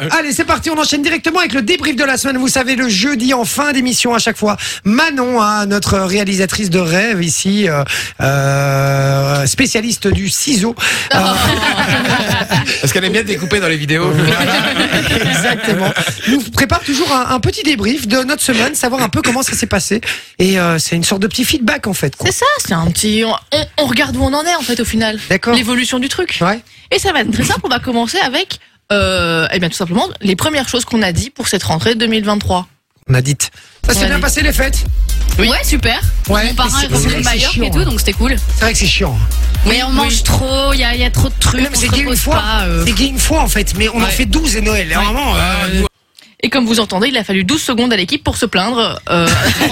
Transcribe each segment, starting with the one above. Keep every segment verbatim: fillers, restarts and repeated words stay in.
Allez, c'est parti, on enchaîne directement avec le débrief de la semaine. Vous savez, le jeudi en fin d'émission à chaque fois. Manon, hein, notre réalisatrice de rêve ici, euh, euh, spécialiste du ciseau. Oh. Euh, Parce qu'elle aime bien découper dans les vidéos. Exactement. Nous prépare toujours un, un petit débrief de notre semaine, savoir un peu comment ça s'est passé. Et euh, c'est une sorte de petit feedback en fait. Quoi. C'est ça, c'est un petit. On, on, on regarde où on en est en fait au final. D'accord. L'évolution du truc. Ouais. Et ça va être très simple. On va commencer avec, euh, eh bien tout simplement les premières choses qu'on a dit pour cette rentrée deux mille vingt-trois. On a dit. Ça s'est On a bien dit. passé les fêtes. Oui. Ouais, super. Ouais. Mon parrain Mais est c'est- revenu c'est de Majorque chiant, et tout, hein. donc c'était cool. C'est vrai que c'est chiant. Mais on mange trop, il y a, y a trop de trucs. Non, mais on c'est se gay une repose fois. pas, euh. C'est gay une fois en fait, mais on en Ouais. fait douze et Noël. Et vraiment. euh, Et comme vous entendez, il a fallu douze secondes à l'équipe pour se plaindre. Euh,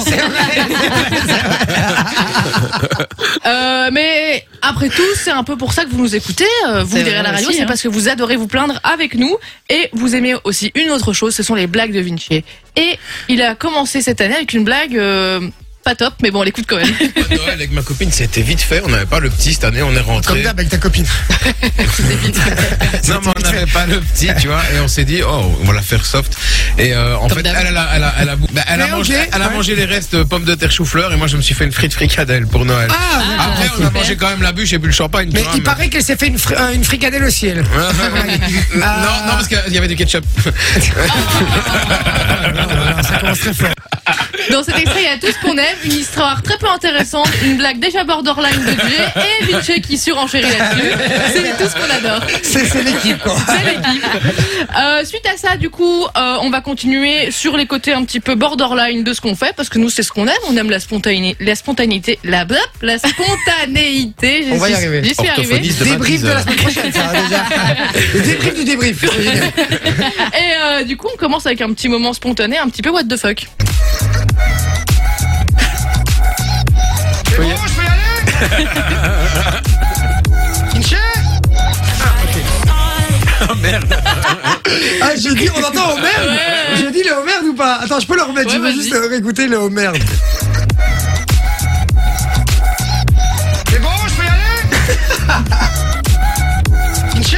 euh, mais après tout, c'est un peu pour ça que vous nous écoutez. Euh, vous C'est derrière vrai la radio, aussi, c'est hein. parce que vous adorez vous plaindre avec nous. Et vous aimez aussi une autre chose, ce sont les blagues de Vinci. Et il a commencé cette année avec une blague euh, pas top, mais bon, on l'écoute quand même. Noël avec ma copine, c'était vite fait. On n'avait pas le petit cette année, on est Comme rentré. d'hab avec ta copine. Non, mais on n'avait pas le petit, tu vois. Et on s'est dit, oh, on va la faire soft. Et euh, en Comme fait, d'hab. elle, elle a, elle a, elle a, bou- bah, elle a Mais mangé, ok, elle a ouais. mangé les restes euh, pommes de terre chou-fleur. Et moi, je me suis fait une frite fricadelle pour Noël. Ah, d'accord. Après, on a mangé quand même la bûche et bu le champagne. Mais tu vois, il paraît qu'elle s'est fait une, fri- euh, une fricadelle au ciel. Ouais, ouais, ouais. Non, non, parce qu'il y avait du ketchup. Non, non, non, ça commence très fort. Dans cet extrait, il y a tout ce qu'on aime, une histoire très peu intéressante, une blague déjà borderline de Jay et Vinci qui surenchérit là-dessus. C'est tout ce qu'on adore. C'est c'est l'équipe quoi. C'est l'équipe. Euh, suite à ça, du coup, euh, on va continuer sur les côtés un petit peu borderline de ce qu'on fait, parce que nous, c'est ce qu'on aime. On aime la spontanéité, la spontanéité, la blop, la spontanéité. J'y On va y suis- arriver. J'y suis arrivée. Orthophoniste de Débrief de la vingt-dix semaine prochaine, ça déjà. Le débrief du débrief. Et euh, du coup, on commence avec un petit moment spontané, un petit peu what the fuck. C'est bon, je peux y aller Fincher Oh merde. Ah, j'ai dit, on entend Homer J'ai dit le Homer ou pas? Attends, je peux le remettre, Ouais, je veux vas-y. juste euh, réécouter le Homer. C'est bon, je peux y aller Fincher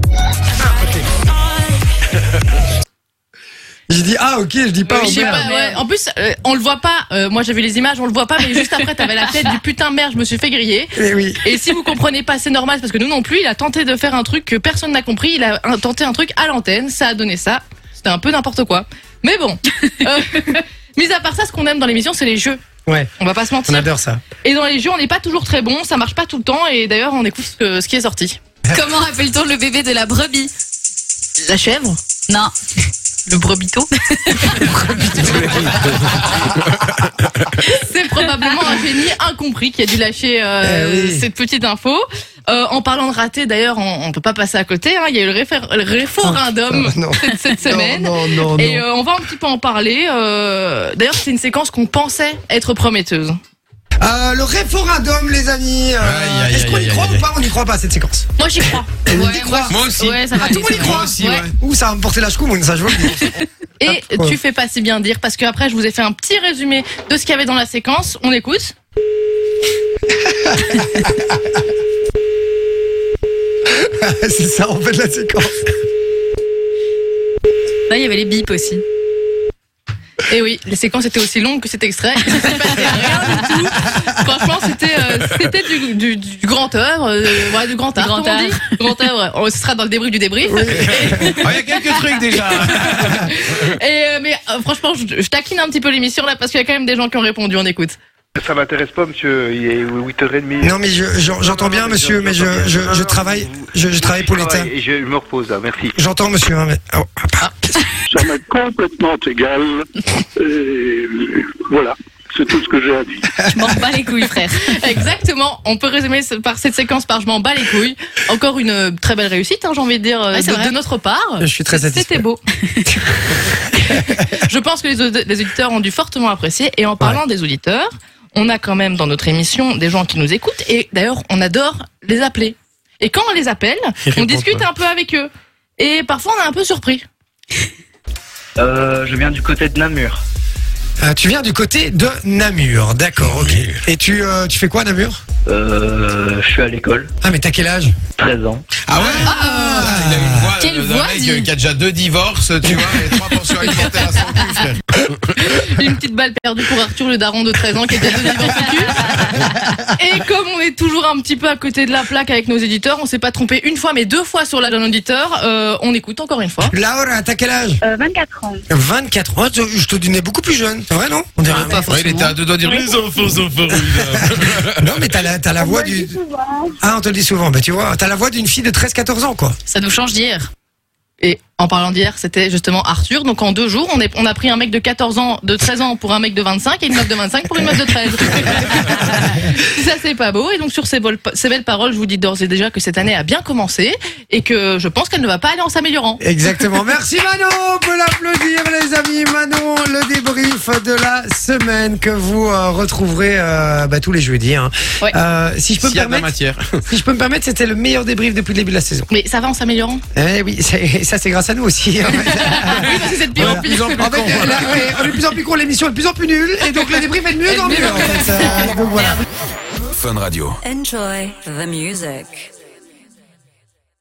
J'ai dit, ah ok, je dis pas Je sais Homer. pas, ouais. En plus, euh, on le voit pas. Euh, moi, j'avais les images, on le voit pas. Mais juste après, t'avais la tête du putain de merde. Je me suis fait griller. Eh oui. Et si vous comprenez pas, c'est normal parce que nous non plus. Il a tenté de faire un truc que personne n'a compris. Il a un- tenté un truc à l'antenne. Ça a donné ça. C'était un peu n'importe quoi. Mais bon. Euh, mis à part ça, ce qu'on aime dans l'émission, c'est les jeux. Ouais, On va pas se on mentir. adore ça. Et dans les jeux, on n'est pas toujours très bon. Ça marche pas tout le temps. Et d'ailleurs, on écoute ce, que- ce qui est sorti. Comment appelle-t-on le bébé de la brebis? La chèvre. Non. Le brebito. C'est probablement un génie incompris qui a dû lâcher euh, Eh oui. cette petite info. Euh, en parlant de raté, d'ailleurs, on, on peut pas passer à côté. Hein, il y a eu le, réfé- le référendum Oh, non. cette, cette semaine. Non, non, non, Et non. euh, on va un petit peu en parler. Euh, d'ailleurs, c'est une séquence qu'on pensait être prometteuse. Euh, le référendum, les amis. euh, Aïe, aïe, Est-ce qu'on y aïe, croit aïe, ou aïe. pas? On n'y croit pas à cette séquence. Moi, j'y crois. Elle Ouais, y croit. Moi aussi. Ouais, ça va Ah, tout le monde y aller, ça croit va. aussi, ouais. Ouh, ça va me porter la choumoune, ça je veux le dire. Et Ah, ouais. tu fais pas si bien dire parce qu'après, je vous ai fait un petit résumé de ce qu'il y avait dans la séquence. On écoute. C'est ça en fait la séquence. Là, il y avait les bips aussi. Et oui, les séquences étaient aussi longues que cet extrait. Il ne s'est passé rien du tout. Franchement, c'était euh, c'était du, du, du grand œuvre, euh, ouais, du grand art. grand comme on art. dit. Grand œuvre. Oh, ce sera dans le débrief du débrief. Oh, il y a quelques trucs déjà. Et euh, mais euh, franchement, je, je taquine un petit peu l'émission là parce qu'il y a quand même des gens qui ont répondu. On écoute. Ça m'intéresse pas, monsieur. Il est huit heures trente. Non mais je- je- j'entends bien monsieur, mais je, je, je travaille, je, je travaille pour l'État. Et je me repose là, merci. J'entends monsieur, hein, mais... oh, ah, Ça m'est complètement égal. Et voilà, c'est tout ce que j'ai à dire. Je m'en bats les couilles, frère. Exactement. On peut résumer ce- par cette séquence par je m'en bats les couilles. Encore une euh, très belle réussite, hein, j'ai envie de dire, euh, Ouais, c'est de, vrai. de notre part. Je suis très satisfait. C'était beau. Je pense que les, aud- les auditeurs ont dû fortement apprécier. Et en parlant des auditeurs, on a quand même dans notre émission des gens qui nous écoutent. Et d'ailleurs, on adore les appeler. Et quand on les appelle, Ils on répondent discute pas. un peu avec eux. Et parfois, on est un peu surpris. Euh, je viens du côté de Namur. Euh, tu viens du côté de Namur, d'accord, ok. Et tu, euh, tu fais quoi à Namur? Euh, je suis à l'école, Ah, mais t'as quel âge? treize ans. Ah ouais ah, il a une voix Quelle de- d'un voix, mec dis. euh, qui a déjà deux divorces, tu vois, et trois pensions alimentaires à son cul, frère. Une petite balle perdue pour Arthur, le daron de treize ans qui était déjà devant son cul. Et comme on est toujours un petit peu à côté de la plaque avec nos éditeurs, on s'est pas trompé une fois mais deux fois sur l'âge d'un auditeur. Euh, on écoute encore une fois. Laura, t'as quel âge? Euh, vingt-quatre ans. vingt-quatre ans. Je te donnais beaucoup plus jeune. C'est vrai, non? On dirait pas Ouais, il était à deux doigts de dire les enfants sont formidables. Non, mais t'as la, t'as la voix du. Ah, on te le dit souvent. Bah, tu vois, t'as la voix d'une fille de treize quatorze ans, quoi. Ça nous change d'hier. Et en parlant d'hier, c'était justement Arthur. Donc en deux jours, on, est, on a pris un mec de quatorze ans, de treize ans pour un mec de vingt-cinq et une meuf de vingt-cinq pour une meuf de treize. Ça, c'est pas beau. Et donc sur ces, bol- ces belles paroles, je vous dis d'ores et déjà que cette année a bien commencé et que je pense qu'elle ne va pas aller en s'améliorant. Exactement. Merci Manon. On peut l'applaudir, les amis. Manon, le débrief de la semaine que vous euh, retrouverez euh, bah, tous les jeudis. Hein. Ouais. Euh, si je peux me S'il y a de la permettre, matière. si je peux me permettre, c'était le meilleur débrief depuis le début de la saison. Mais ça va en s'améliorant. Eh oui, c'est- ça c'est grâce à nous aussi. En fait. Oui, parce que c'est de pire en pire. En fait, là, ouais, on est de plus en plus court, l'émission est de plus en plus nulle, et donc le débrief est de mieux en mieux. En fait. Euh, donc voilà. Fun Radio. Enjoy the music.